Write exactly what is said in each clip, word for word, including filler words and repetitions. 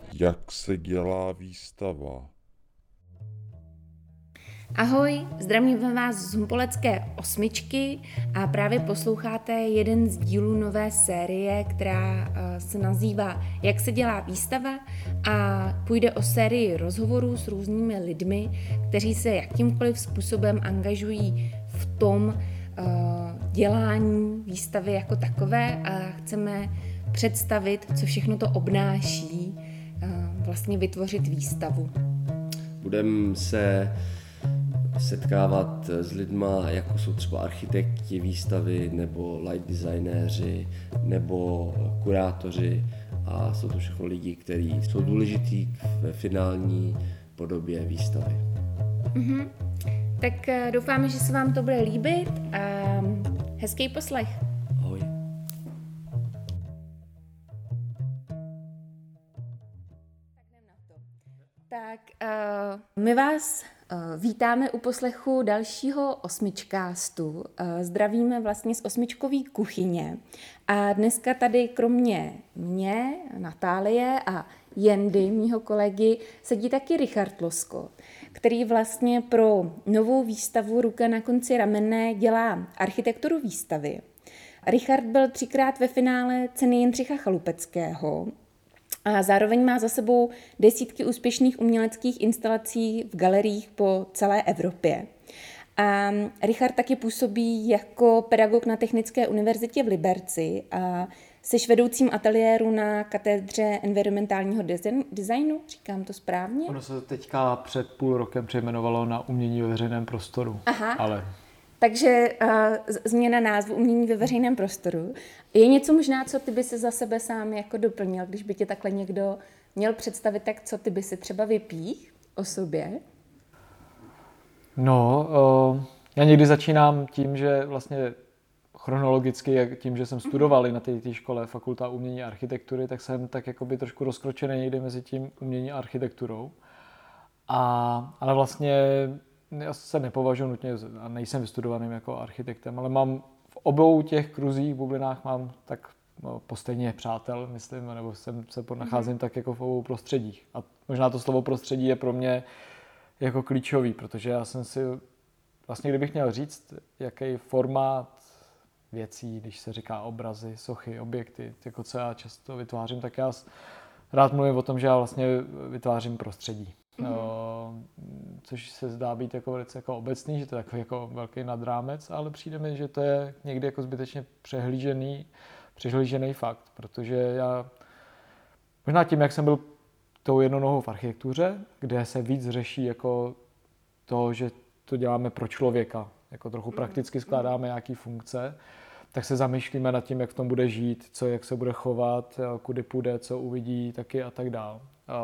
Jak se dělá výstava? Ahoj, zdravím vás z Humpolecké osmičky a právě posloucháte jeden z dílů nové série, která se nazývá Jak se dělá výstava a půjde o sérii rozhovorů s různými lidmi, kteří se jakýmkoliv způsobem angažují v tom dělání výstavy jako takové a chceme představit, co všechno to obnáší, vlastně vytvořit výstavu. Budeme se setkávat s lidma, jako jsou třeba architekti výstavy, nebo light designéři, nebo kurátoři a jsou to všechno lidi, kteří jsou důležitý ve finální podobě výstavy. Mm-hmm. Tak doufáme, že se vám to bude líbit a hezký poslech. Ahoj. Tak uh, my vás uh, vítáme u poslechu dalšího osmičkástu. Uh, zdravíme vlastně z osmičkové kuchyně. A dneska tady kromě mě, Natálie a Jendy, mýho kolegy, sedí taky Richard Losko, který vlastně pro novou výstavu Ruka na konci ramene dělá architekturu výstavy. Richard byl třikrát ve finále ceny Jindřicha Chalupeckého a zároveň má za sebou desítky úspěšných uměleckých instalací v galeriích po celé Evropě. A Richard taky působí jako pedagog na Technické univerzitě v Liberci a seš vedoucím ateliéru na katedře environmentálního designu, říkám to správně? Ono se teďka před půl rokem přejmenovalo na umění ve veřejném prostoru. Aha. Ale... Takže uh, změna názvu umění ve veřejném prostoru. Je něco možná, co ty by si za sebe sám jako doplnil, když by tě takhle někdo měl představit, tak co ty by si třeba vypích o sobě? No, uh, já někdy začínám tím, že vlastně chronologicky, jak tím, že jsem studoval i na té škole Fakulta umění a architektury, tak jsem tak jakoby trošku rozkročený někdy mezi tím umění a architekturou. A, ale vlastně já se nepovažuji nutně a nejsem vystudovaným jako architektem, ale mám v obou těch kruzích, bublinách mám tak no, postejně přátel, myslím, nebo jsem se nacházím mm-hmm. tak jako v obou prostředích. A možná to slovo prostředí je pro mě jako klíčový, protože já jsem si, vlastně kdybych měl říct, jaký formát věcí, když se říká obrazy, sochy, objekty, jako co já často vytvářím, tak já rád mluvím o tom, že já vlastně vytvářím prostředí. Mm-hmm. No, což se zdá být jako velice jako obecný, že to je takový jako velký nadrámec, ale přijde mi, že to je někdy jako zbytečně přehlížený, přehlížený fakt, protože já možná tím, jak jsem byl tou jednou nohou v architektuře, kde se víc řeší jako to, že to děláme pro člověka, jako trochu prakticky skládáme nějaký funkce, tak se zamýšlíme nad tím, jak v tom bude žít, co, jak se bude chovat, kudy půjde, co uvidí, taky a tak dál.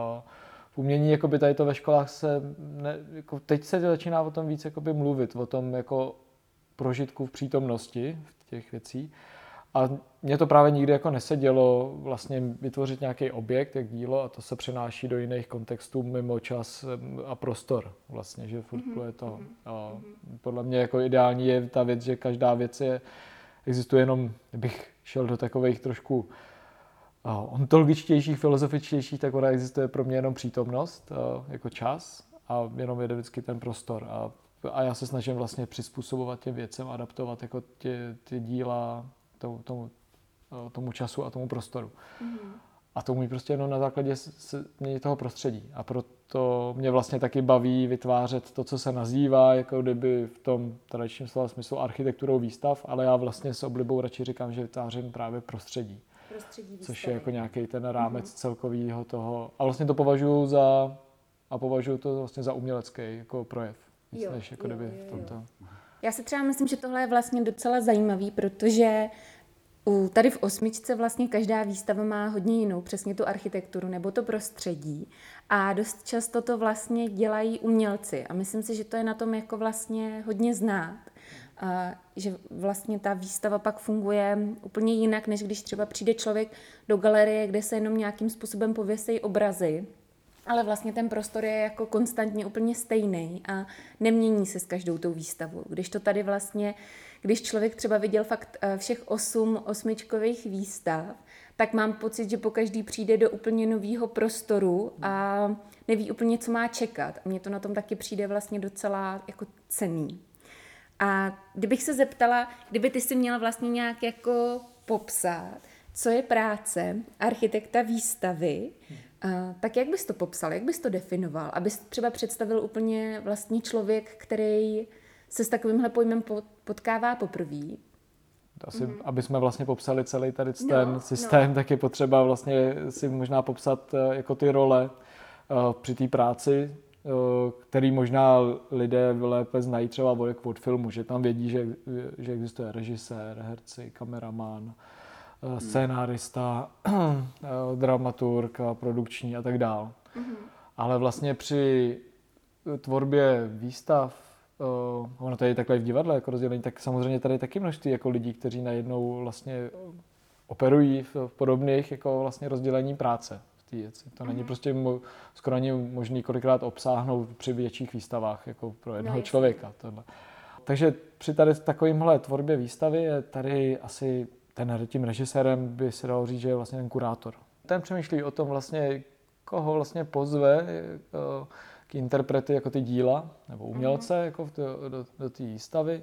V umění jakoby tady to ve školách se, ne, jako teď se začíná o tom víc jakoby mluvit, o tom jako prožitku v přítomnosti v těch věcí. A mně to právě nikdy jako nesedělo vlastně vytvořit nějaký objekt, jak dílo, a to se přenáší do jiných kontextů mimo čas a prostor vlastně, že furt mm-hmm. je to. A podle mě jako ideální je ta věc, že každá věc je, existuje jenom, kdybych šel do takových trošku ontologičtějších, filozofičtějších, tak ona existuje pro mě jenom přítomnost, jako čas a jenom je vždycky ten prostor. A, a já se snažím vlastně přizpůsobovat těm věcem, adaptovat jako tě, ty díla tomu, tomu, tomu času a tomu prostoru. Mm-hmm. A to umí prostě jenom na základě změny toho prostředí. A proto mě vlastně taky baví vytvářet to, co se nazývá, jako kdyby v tom tradičním slova smyslu architekturou výstav, ale já vlastně s oblibou radši říkám, že vytvářím právě prostředí. Prostředí což je jako nějaký ten rámec mm-hmm. celkovýho toho. A vlastně to považuji za a považuji to vlastně za umělecký jako projev. Jo, než jako jo, kdyby jo, v tomto. Jo. Já si třeba myslím, že tohle je vlastně docela zajímavý, protože u, tady v osmičce vlastně každá výstava má hodně jinou, přesně tu architekturu nebo to prostředí. A dost často to vlastně dělají umělci. A myslím si, že to je na tom jako vlastně hodně znát. A že vlastně ta výstava pak funguje úplně jinak, než když třeba přijde člověk do galerie, kde se jenom nějakým způsobem pověsejí obrazy, ale vlastně ten prostor je jako konstantně úplně stejný a nemění se s každou tou výstavou. Když to tady vlastně, když člověk třeba viděl fakt všech osm osmičkových výstav, tak mám pocit, že pokaždý přijde do úplně nového prostoru a neví úplně, co má čekat. A mně to na tom taky přijde vlastně docela jako cenný. A kdybych se zeptala, kdyby ty si měla vlastně nějak jako popsat, co je práce architekta výstavy, tak jak bys to popsal, jak bys to definoval, abys třeba představil úplně vlastní člověk, který se s takovýmhle pojmem potkává poprvé? Asi, mm. aby jsme vlastně popsali celý tady ten no, systém, no. tak je potřeba vlastně si možná popsat jako ty role uh, při té práci, uh, který možná lidé lépe znají třeba od filmu, že tam vědí, že, že existuje režisér, herci, kameraman, uh, scénárista, uh, dramaturg, produkční a tak dál. Mm. Ale vlastně při tvorbě výstav, Uh, ono tady takhle v divadle jako rozdělení, tak samozřejmě tady taky množství jako lidí, kteří najednou vlastně operují v, v podobných jako vlastně rozdělení práce v té věci. To není prostě mo- skoro ani možný kolikrát obsáhnout při větších výstavách jako pro jednoho no, člověka. Tohle. Takže při tady takovýmhle tvorbě výstavy je tady asi ten tím režisérem by se dalo říct, že je vlastně ten kurátor. Ten přemýšlí o tom vlastně, koho vlastně pozve uh, k interprety jako ty díla, nebo umělce mm. jako do, do, do té výstavy.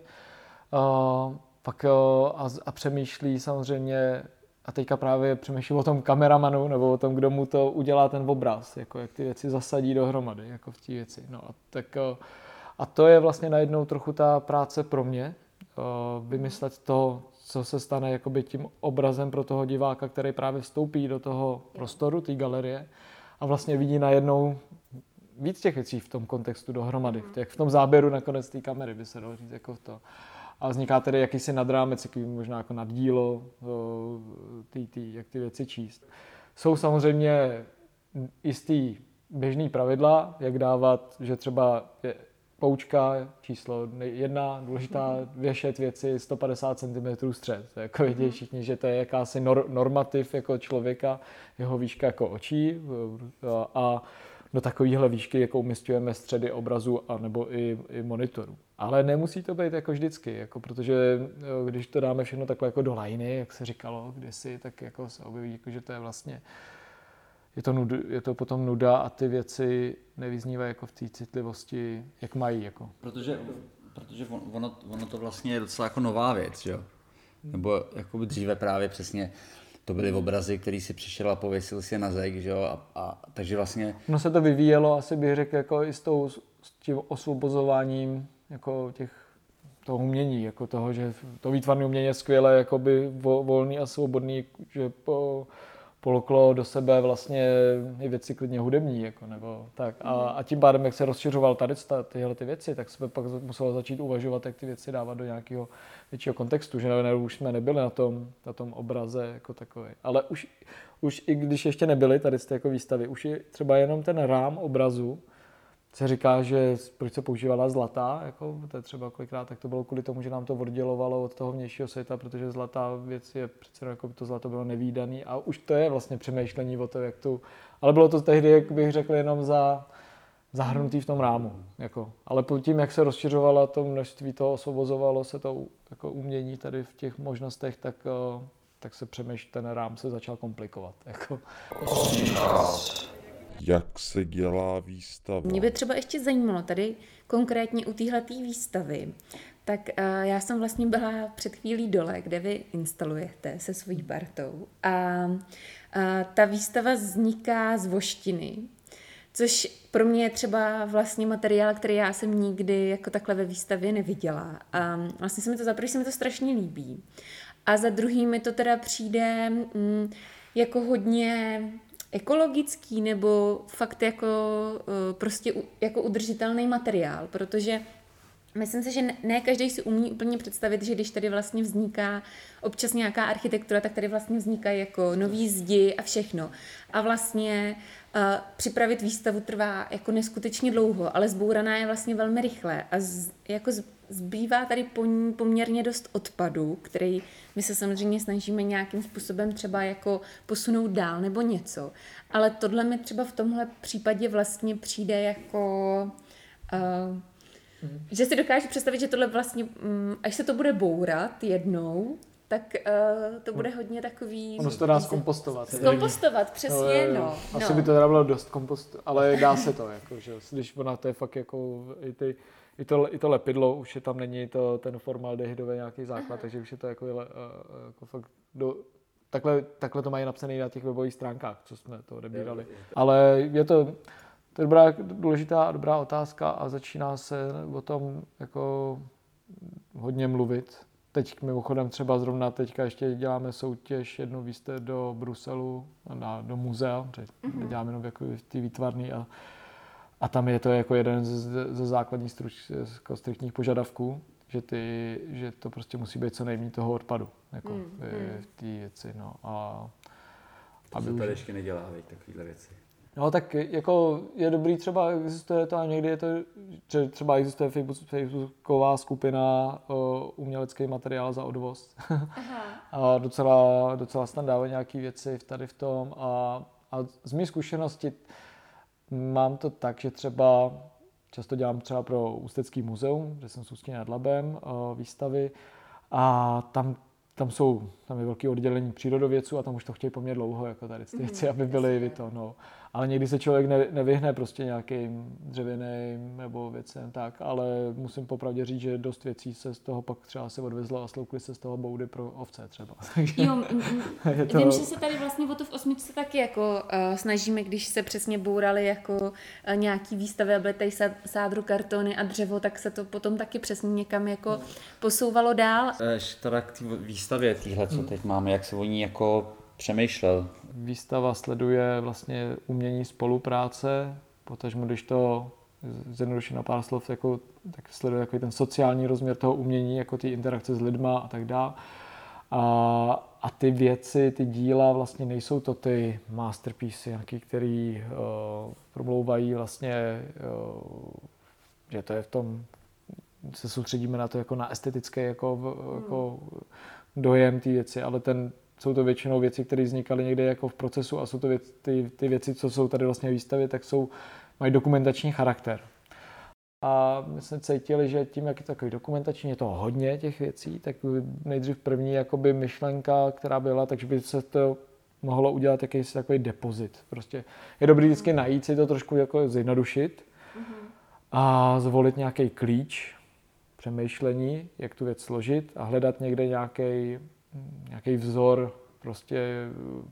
Uh, pak, uh, a, a přemýšlí samozřejmě, a teďka právě přemýšlí o tom kameramanu, nebo o tom, kdo mu to udělá ten obraz, jako jak ty věci zasadí dohromady, jako v té věci. No, a, tak, uh, a to je vlastně najednou trochu ta práce pro mě, uh, vymyslet to, co se stane jakoby tím obrazem pro toho diváka, který právě vstoupí do toho prostoru, té galerie, a vlastně vidí najednou víc těch věcí v tom kontextu dohromady, v, těch, v tom záběru nakonec té kamery by se dalo říct jako to. A vzniká tedy jakýsi nadrámec, jaký možná jako naddílo, tý, tý, jak ty věci číst. Jsou samozřejmě jistý běžný pravidla, jak dávat, že třeba je poučka číslo jedna, důležitá věšet věci sto padesát centimetrů střed. Jako vědí všichni, že to je jakási nor, normativ jako člověka, jeho výška jako očí a do takovéhle výšky jako umísťujeme středy obrazu a nebo i, i monitoru. Ale nemusí to být jako vždycky, jako protože když to dáme všechno takhle jako do lajny, jak se říkalo kdysi, tak jako se objeví, jako, že to je vlastně, je to, nud, je to potom nuda a ty věci nevyznívají jako v té citlivosti, jak mají. Jako. Protože, protože ono, ono to vlastně je docela jako nová věc, jo? Nebo jako dříve právě přesně to byly obrazy, který si přišel a pověsil si je na zeď, že jo, a, a takže vlastně... No se to vyvíjelo, asi bych řekl, jako i s, tou, s tím osvobozováním jako těch, toho umění, jako toho, že to výtvarné umění je skvěle jakoby volný a svobodný, že po, poloklo do sebe vlastně i věci klidně hudební, jako, nebo tak. A, a tím pádem, jak se rozšiřoval tady tyhle ty věci, tak jsme pak museli začít uvažovat, jak ty věci dávat do nějakého většího kontextu, že ne, už jsme nebyli na tom, na tom obraze jako takový. Ale už, už i když ještě nebyly tady z té jako výstavy, už je třeba jenom ten rám obrazu, se říká, že proč se používala zlatá, jako, to je třeba kolikrát, tak to bylo kvůli tomu, že nám to oddělovalo od toho vnějšího světa, protože zlatá věc je přece jako by to zlato bylo nevídaný a už to je vlastně přemýšlení o to, jak tu, ale bylo to tehdy, jak bych řekl, jenom za zahrnutý v tom rámu, jako. Ale po tím, jak se rozšiřovalo to množství, toho osvobozovalo se to jako umění tady v těch možnostech, tak, tak se přemýšlí, ten rám se začal komplikovat, jako. Jak se dělá výstava? Mě by třeba ještě zajímalo tady konkrétně u téhleté výstavy, tak uh, já jsem vlastně byla před chvílí dole, kde vy instalujete se svojí partou a uh, ta výstava vzniká z voštiny, což pro mě je třeba vlastně materiál, který já jsem nikdy jako takhle ve výstavě neviděla. A vlastně se mi to, za první se mi to strašně líbí. A za druhý mi to teda přijde mm, jako hodně ekologický nebo fakt jako prostě jako udržitelný materiál, protože myslím si, že ne každý si umí úplně představit, že když tady vlastně vzniká občas nějaká architektura, tak tady vlastně vznikají jako nový zdi a všechno. A vlastně uh, připravit výstavu trvá jako neskutečně dlouho, ale zbouraná je vlastně velmi rychle a z, jako z, zbývá tady po ní poměrně dost odpadu, který my se samozřejmě snažíme nějakým způsobem třeba jako posunout dál nebo něco. Ale tohle mi třeba v tomhle případě vlastně přijde jako... Uh, že si dokážu představit, že tohle vlastně, až se to bude bourat jednou, tak uh, to bude hodně takový... Ono se to dá zkompostovat. Zkompostovat, přesně, no. no. Asi no. by to teda bylo dost kompost, ale dá se to, jako, že když ona to je fakt jako i, ty, i, to, i to lepidlo, už je tam není to, ten formaldehydový nějaký základ, Aha. takže už je to jako, jako fakt do, takhle, takhle to mají napsané na těch webových stránkách, co jsme to odebírali. Ale je to, to je dobrá, důležitá a dobrá otázka a začíná se o tom jako hodně mluvit. Teď mimochodem třeba zrovna teďka ještě děláme soutěž jednu výstavu do Bruselu, na, do muzea, mm-hmm. děláme jenom jako ty výtvarný a, a tam je to jako jeden ze, ze základních jako striktních požadavků, že, ty, že to prostě musí být co nejméně toho odpadu jako mm, v té věci. No. A, to se tady ještě nedělá, veď, takovýhle věci. No tak jako je dobrý, třeba existuje to a někdy je to, že třeba existuje facebooková skupina o umělecký materiál za odvoz. Aha. A docela, docela se tam dávají nějaké věci tady v tom a, a z mé zkušenosti mám to tak, že třeba často dělám třeba pro Ústecký muzeum, kde jsem s Ústí nad Labem, výstavy a tam Tam jsou, tam je velké oddělení přírodovědců a tam už to chtějí po mně dlouho, jako tady ty věci, aby byly vy to, no. Ale někdy se člověk ne, nevyhne prostě nějakým dřevěným nebo věcem, tak, ale musím popravdě říct, že dost věcí se z toho pak třeba se odvezlo a sloukly se z toho boudy pro ovce třeba. Jo, m- m- to... vím, že se tady vlastně o to v osmičce taky jako uh, snažíme, když se přesně bouraly jako uh, nějaký výstavy a byly tady sádru, kartony a dřevo, tak se to potom taky přesně někam jako posouvalo dál. Ještě teda k té výstavě týhle, co teď máme, jak se o ní jako přemýšlel? Výstava sleduje vlastně umění spolupráce, potažmo, když to zjednoduším na pár slov, jako, tak sleduje jako ten sociální rozměr toho umění, jako ty interakce s lidma a tak dále. A, a ty věci, ty díla vlastně nejsou to ty masterpiece, nějaký, který uh, promlouvají vlastně, uh, že to je v tom, se soustředíme na to jako na estetický jako, hmm. jako dojem té věci, ale ten jsou to většinou věci, které vznikaly někde jako v procesu a jsou to věc, ty, ty věci, co jsou tady vlastně v výstavě, tak jsou, mají dokumentační charakter. A my jsme cítili, že tím, jak je takový dokumentační, je to hodně těch věcí, tak nejdřív první jakoby myšlenka, která byla, takže by se to mohlo udělat jakýsi takový depozit. Prostě je dobrý vždycky najít si to trošku jako zjednodušit a zvolit nějaký klíč přemýšlení, jak tu věc složit a hledat někde nějaký nějaký vzor, prostě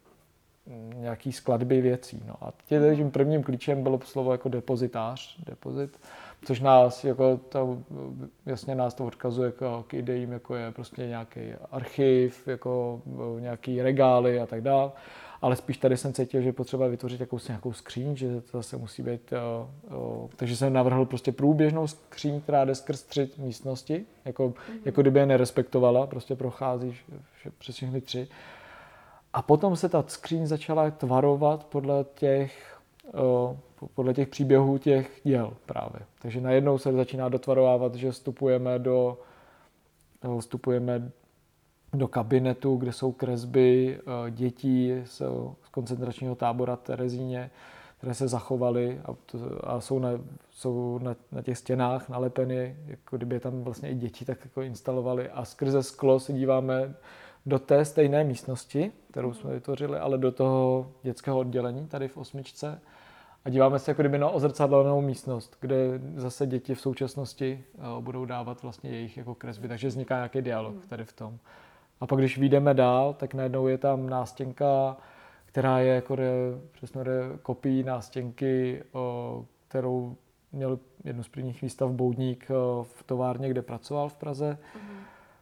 nějaký skladby věcí. No a tím prvním klíčem bylo slovo jako depozitář, depozit, což nás jako to, jasně nás to odkazuje jako k ideím, jako je prostě nějaký archiv, jako nějaký regály a tak dále. Ale spíš tady jsem cítil, že potřeba vytvořit jakousi nějakou skříň, že to zase musí být... O, o, takže jsem navrhl prostě průběžnou skříň, která jde skrz tři místnosti, jako, mm-hmm. jako kdyby je nerespektovala, prostě procházíš přes všechny tři. A potom se ta skříň začala tvarovat podle těch, o, podle těch příběhů těch děl právě. Takže najednou se začíná dotvarovávat, že vstupujeme do... vstupujeme do kabinetu, kde jsou kresby dětí z koncentračního tábora Terezíně, které se zachovaly a, to, a jsou, na, jsou na, na těch stěnách nalepeny, jako kdyby je tam vlastně i děti tak jako instalovali a skrze sklo se díváme do té stejné místnosti, kterou jsme vytvořili, ale do toho dětského oddělení tady v osmičce a díváme se jako kdyby na ozrcadlenou místnost, kde zase děti v současnosti budou dávat vlastně jejich jako kresby, takže vzniká nějaký dialog tady v tom. A pak, když vyjdeme dál, tak najednou je tam nástěnka, která je jako re, přesně re, kopií nástěnky, o, kterou měl jednu z prvních výstav Boudník o, v továrně, kde pracoval v Praze. Uh-huh.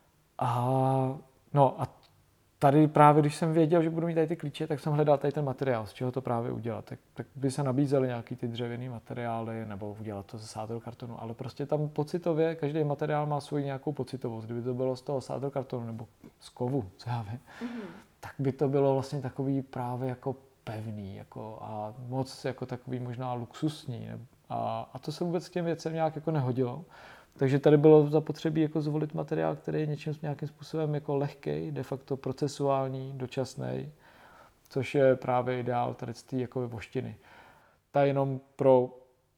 A, no, a tady právě, když jsem věděl, že budu mít tady ty klíče, tak jsem hledal tady ten materiál, z čeho to právě udělat. Tak, tak by se nabízely nějaký ty dřevěný materiály, nebo udělat to ze sádrokartonu, ale prostě tam pocitově, každý materiál má svou nějakou pocitovost. Kdyby to bylo z toho sádrokartonu nebo z kovu, co já vím, mm-hmm. tak by to bylo vlastně takový právě jako pevný jako a moc jako takový možná luxusní. A, a to se vůbec k těm věcem nějak jako nehodilo. Takže tady bylo zapotřebí jako zvolit materiál, který je něčím nějakým způsobem jako lehkej, de facto procesuální, dočasný, což je právě ideál tady z té jako voštiny. Ta jenom pro,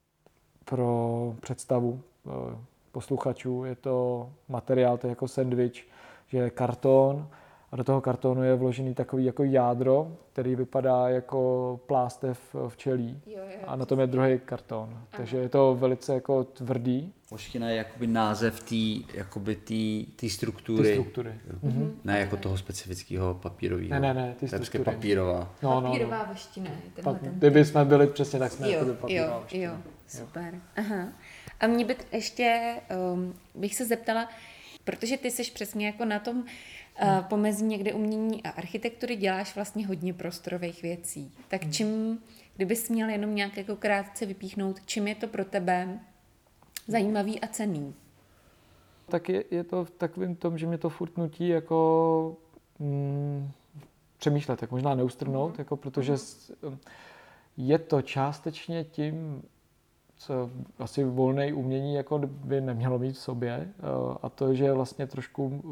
pro představu posluchačů je to materiál, to je jako sandwich, že je karton a do toho kartonu je vložený takový jako jádro, který vypadá jako plástev včelí. Jo, jo, a na tom je druhý karton. Aha. Takže je to velice jako tvrdý. Hoština je jakoby název té jakoby tý, tý struktury. Ty struktury. Mm-hmm. Ne jako toho specifického papírového. Ne, ne, ne, ty struktury. Papírová. No, papírová no, no. Hoština. Pa, kdyby jsme byli přesně tak, jsme jako papírová jo, jo, super. Aha. A mě by ještě, um, bych se zeptala, protože ty jsi přesně jako na tom uh, pomezí někde umění a architektury, děláš vlastně hodně prostorových věcí. Tak hmm. čím, kdybys měl jenom nějak jako krátce vypíchnout, čím je to pro tebe zajímavý a cenný? Tak je, je to v takovém tom, že mě to furt nutí jako mm, přemýšlet, tak možná neustrnout, hmm. jako, protože hmm. je to částečně tím, co asi volné umění jako by nemělo mít v sobě, a to, že vlastně trošku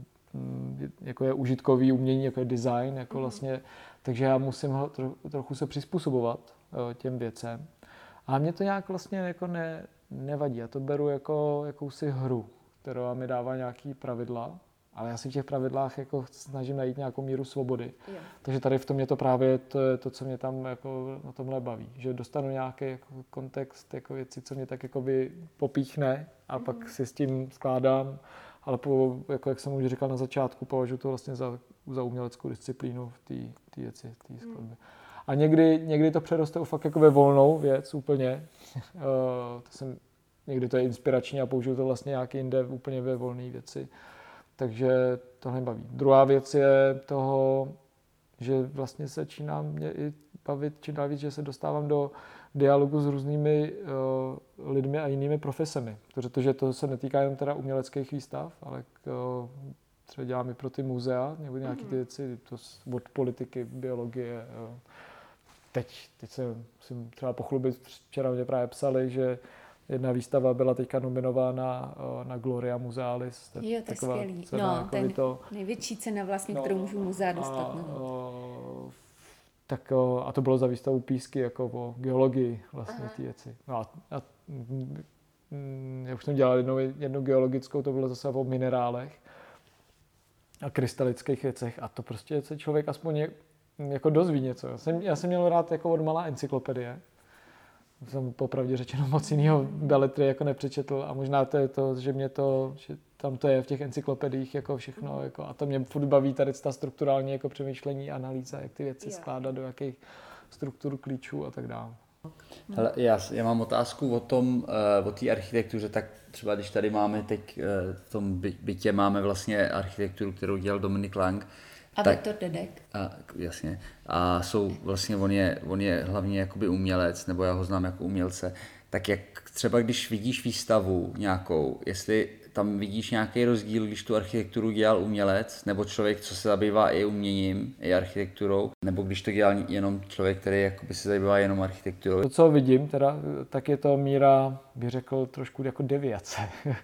jako je užitkový umění, jako je design, jako vlastně, takže já musím tro, trochu se přizpůsobovat těm věcem. A mě to nějak vlastně jako ne, nevadí. Já to beru jako jakousi hru, která mi dává nějaký pravidla, ale já si v těch pravidlách jako snažím najít nějakou míru svobody. Jo. Takže tady v tom je to právě to, je to co mě tam jako na tomhle baví. Že dostanu nějaký jako kontext, jako věci, co mě tak jako by popíchne a mm. pak si s tím skládám. Ale po, jako jak jsem už říkal na začátku, považuji to vlastně za, za uměleckou disciplínu v té věci, v té skladbě. Mm. A někdy, někdy to přeroste fakt jako ve volnou věc úplně. uh, to jsem, někdy to je inspirační a použiju to vlastně nějaký jinde úplně ve volné věci. Takže tohle baví. Druhá věc je toho, že vlastně začíná mě i bavit čím dál víc, že se dostávám do dialogu s různými uh, lidmi a jinými profesemi. Protože to se netýká jen teda uměleckých výstav, ale uh, třeba dělám i pro ty muzea, nebo nějaké ty věci, to od politiky, biologie. Uh. Teď, teď se musím třeba pochlubit, včera mě právě psali, že jedna výstava byla teďka nominována na Gloria Musealis. Jo, to je skvělý. No, jako ten to, největší cena vlastně, no, kterou můžu muzea dostat. A, no. tak, a to bylo za výstavu Písky, jako o geologii vlastně ty věci. No a, a já už jsem dělal jednou, jednu geologickou, to bylo zase o minerálech a krystalických věcech a to prostě se člověk aspoň je, jako dozví něco. Já jsem, já jsem měl rád jako od malá encyklopedie. Jsem popravdě řečeno moc jinýho beletry jako nepřečetl a možná to je to, že mě to, že tam to je v těch encyklopediích jako všechno jako, a to mě furt baví tady ta strukturální jako přemýšlení, analýza, jak ty věci skládat, do jakých struktur klíčů a tak dále. Hele, já, já mám otázku o tom, uh, o té architektuře, tak třeba když tady máme teď uh, v tom by, bytě máme vlastně architekturu, kterou dělal Dominik Lang. A tak, Viktor Dedek. A, jasně. A jsou vlastně, on je, on je hlavně jakoby umělec, nebo já ho znám jako umělce, tak jak třeba když vidíš výstavu nějakou, jestli tam vidíš nějaký rozdíl, když tu architekturu dělal umělec, nebo člověk, co se zabývá i uměním, i architekturou, nebo když to dělal jenom člověk, který jakoby se zabývá jenom architekturou. To, co vidím, teda, tak je to míra, bych řekl, trošku jako deviace.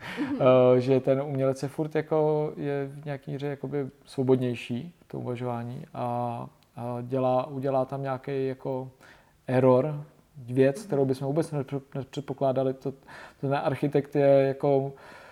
Že ten umělec je furt jako, je v nějaký míře jakoby svobodnější v tom uvažování a, a dělá, udělá tam nějaký jako error, věc, kterou bychom vůbec nepředpokládali. To, ten architekt je jako,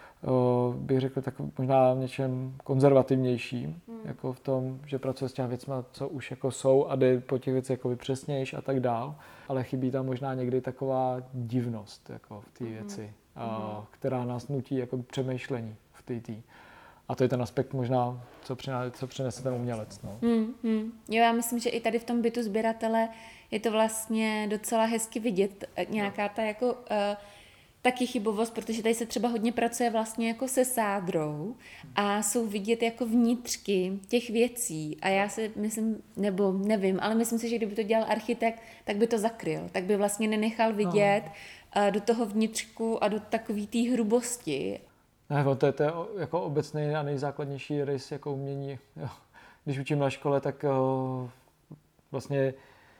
bych řekl, tak možná v něčem konzervativnější, hmm. jako v tom, že pracuje s těmi věcmi, co už jako jsou a jde po těch věcech jako přesnějš a tak dál, ale chybí tam možná někdy taková divnost jako v té věci, hmm. a, která nás nutí jako přemýšlení v té tý. A to je ten aspekt možná, co, přinese, co přinese ten umělec. No. Hmm, hmm. Jo, já myslím, že i tady v tom bytu sběratele je to vlastně docela hezky vidět nějaká ta jako uh, taky chybovost, protože tady se třeba hodně pracuje vlastně jako se sádrou a jsou vidět jako vnitřky těch věcí a já si myslím, nebo nevím, ale myslím si, že kdyby to dělal architekt, tak by to zakryl, tak by vlastně nenechal vidět uh, do toho vnitřku a do takové té hrubosti. Ne, to je, to je jako obecný a nejzákladnější rys jako umění. Jo. Když učím na škole, tak o, vlastně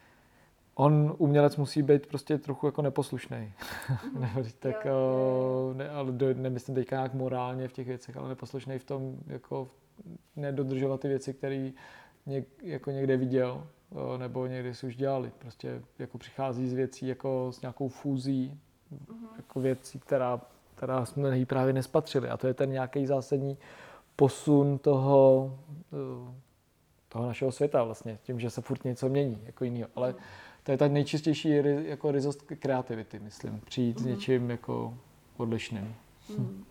on, umělec, musí být prostě trochu jako neposlušný. Mm-hmm. tak, o, ne, ale do, nemyslím teďka nějak morálně v těch věcech, ale neposlušný v tom, jako nedodržovat ty věci, které něk, jako někde viděl, o, nebo někde si už dělali. Prostě jako přichází z věcí jako s nějakou fúzí, mm-hmm. jako věcí, která která jsme právě nespatřili. A to je ten nějaký zásadní posun toho, toho našeho světa vlastně, tím, že se furt něco mění, jako jinýho. Ale to je ta nejčistější jako ryzost kreativity, myslím, přijít s něčím jako odlišným. Hm.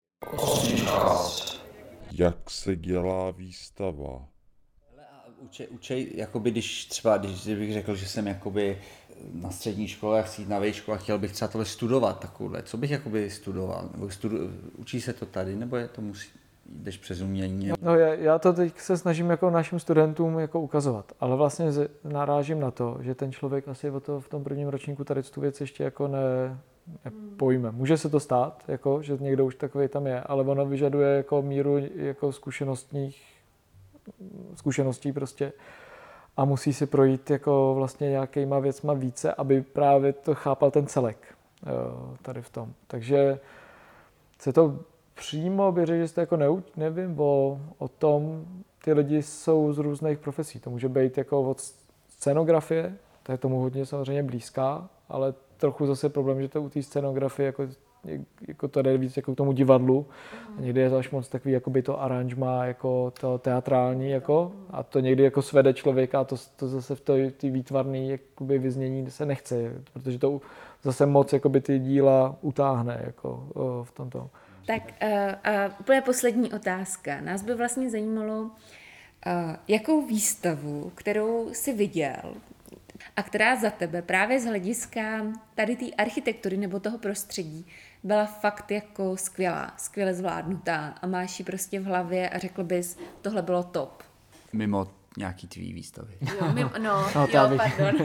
Jak se dělá výstava? Učej, učej, jakoby když třeba, když bych řekl, že jsem jakoby na střední škole a chci jít na výšku a chtěl bych třeba tohle studovat takovouhle, co bych jakoby studoval? Nebo studu, učí se to tady, nebo je to musí, jdeš přes umění? No já, já to teď se snažím jako našim studentům jako ukazovat, ale vlastně narážím na to, že ten člověk asi o to v tom prvním ročníku tady tu věc ještě jako ne, nepojme. Může se to stát, jako, že někdo už takový tam je, ale ono vyžaduje jako míru jako zkušenostních zkušeností prostě a musí si projít jako vlastně nějakýma věcma více, aby právě to chápal ten celek tady v tom. Takže se to přímo by řekl, že jste jako neuč, nevím o, o tom, ty lidi jsou z různých profesí. To může být jako od scenografie, to je tomu hodně samozřejmě blízká, ale trochu zase problém, že to u té scenografie jako jako to jde víc jako k tomu divadlu. A někdy je to až moc takový, jakoby to aranžma, jako to teatrální, jako, a to někdy jako svede člověka a to, to zase v té výtvarné jakoby vyznění se nechce, protože to zase moc jakoby ty díla utáhne jako, v tomto. Tak a úplně poslední otázka. Nás by vlastně zajímalo, jakou výstavu, kterou jsi viděl, a která za tebe právě z hlediska tady té architektury nebo toho prostředí byla fakt jako skvělá, skvěle zvládnutá a máš ji prostě v hlavě a řekl bys, tohle bylo top. Mimo nějaký tvý výstavy. Jo, mimo, no, no, jo, bych, pardon.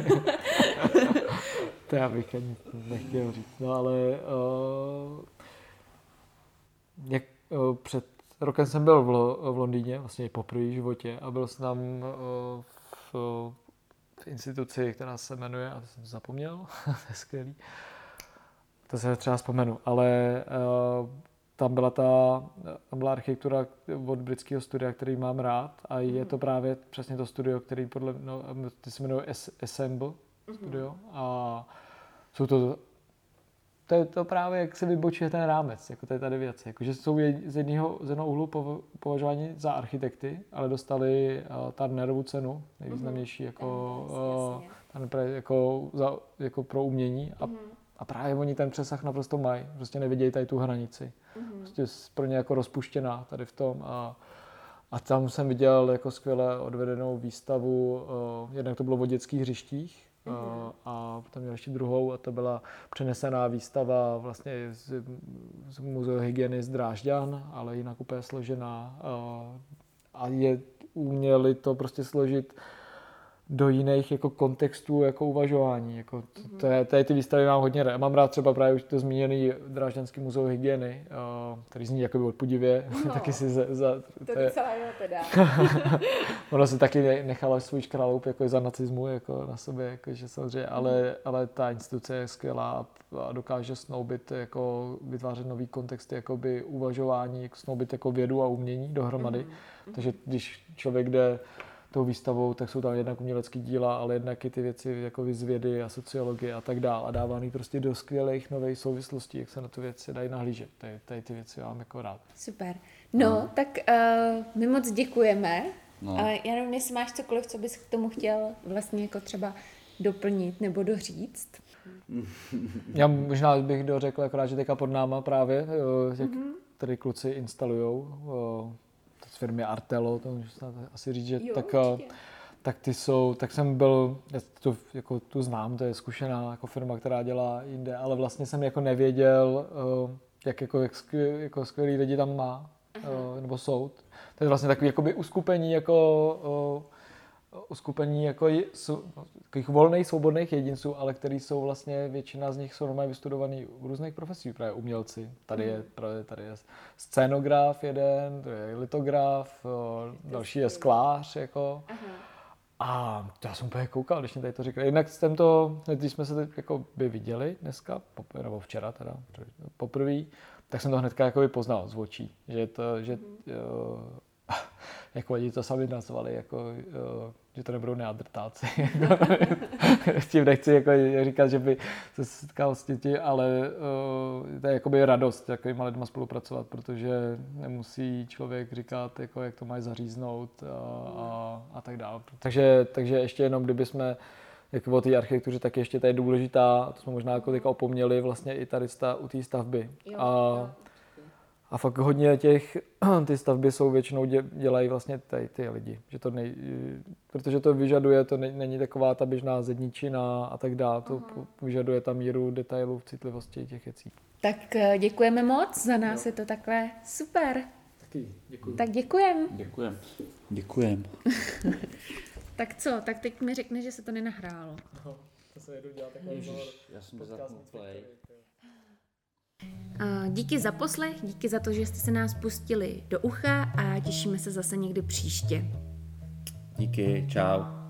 To já bych ani nechtěl říct, no ale uh, jak, uh, před rokem jsem byl v, Lo, v Londýně, vlastně poprvé v životě a byl jsem tam uh, v, v instituci, která se jmenuje, a to jsem zapomněl, to je skvělý, to se třeba vzpomenu, ale uh, tam byla ta tam byla architektura od britského studia, který mám rád a je to právě přesně to studio, který podle, no, ty se jmenuje Assemble studio a jsou to to je to právě, jak se vybočuje ten rámec, jako tady tady věci, jakože jsou z jedného z jednoho úhlu považováni za architekty, ale dostali uh, Turnerovu cenu, nejvýznamnější jako, uh, jako, za, jako pro umění a, a právě oni ten přesah naprosto mají, prostě nevidějí tady tu hranici, prostě pro ně jako rozpuštěná tady v tom a A tam jsem viděl jako skvěle odvedenou výstavu, uh, jednak to bylo o dětských hřištích, mm-hmm. uh, a potom měl ještě druhou a to byla přenesená výstava vlastně z, z Muzea hygieny z Drážďan, ale jinak úplně složená uh, a je, uměli to prostě složit do jiných jako kontextů jako uvažování. Jako to, to, je, to je ty výstavy mám hodně rád. Mám rád třeba právě už to zmíněný Drážďanský muzeum hygieny, uh, který zní jakoby odpudivě. No, taky si za, za, to, to je docela jo teda. Ono si taky nechalo svůj škraloup jako za nacismu jako na sobě, jakože samozřejmě, ale, ale ta instituce je skvělá a dokáže snoubit, jako vytvářet nový kontext jakoby uvažování, snoubit jako vědu a umění dohromady. Mm-hmm. Takže když člověk jde tou výstavou, tak jsou tam jednak umělecký díla, ale jednak i ty věci jako z vědy a sociologie a tak dále. A dávaný prostě do skvělých nových souvislostí, jak se na tu věci dají nahlížet. Tady, tady ty věci mám jako rád. Super. No, no. tak uh, my moc děkujeme. No. Uh, já nevím, jestli máš cokoliv, co bys k tomu chtěl vlastně jako třeba doplnit nebo doříct. Já možná bych dořekl akorát, že teďka pod náma právě, jak mm-hmm. tady kluci instalujou z firmy Artello, to můžu asi říct, že jo, tak, tak ty jsou, tak jsem byl, já to, jako tu znám, to je zkušená jako firma, která dělá jinde, ale vlastně jsem jako nevěděl, jak, jako, jak skvělý, jako skvělý lidi tam má, uh, nebo jsou. To je vlastně takový jakoby uskupení jako uskupení jako jsou, takových volných, svobodných jedinců, ale který jsou vlastně, většina z nich jsou normálně vystudovaný u různých profesí, právě umělci. Tady je, právě, tady je scénograf jeden, to je litograf, další je sklář, jako. A to já jsem úplně koukal, když mě tady to říkali. Jinak jsem to, když jsme se jako by viděli dneska, nebo včera teda, poprvé, tak jsem to hnedka jako by poznal z očí, že to, že, mm. jo, jako lidi to sami nazvali, jako, že to nebudou neandrtáci. S tím nechci jako říkat, že by se setkal s děti, ale to je jakoby radost s takovýma lidma spolupracovat, protože nemusí člověk říkat, jako, jak to mají zaříznout a, a, a tak dále. Takže, takže ještě jenom, kdyby jsme jako o té architektuře, tak ještě tady je důležitá, to jsme možná jako teďka opomněli, vlastně i tady sta, u té stavby. Jo, a, jo. a fakt hodně těch, ty stavby jsou většinou dě, dělají vlastně tady ty lidi, že to nej, protože to vyžaduje, to ne, není taková ta běžná zedničina a tak dále, to Aha. vyžaduje tam míru detailu v citlivosti těch věcí. Tak děkujeme moc, za nás jo. Je to takhle super. Taky děkuji. Tak děkujem. Děkujem. Děkujem. Tak co, tak teď mi řekne, že se to nenahrálo. No, to se jedu dělat takhle rozhovor. Já jsem to zapnul play. Díky za poslech, díky za to, že jste se nás pustili do ucha a těšíme se zase někdy příště. Díky, čau.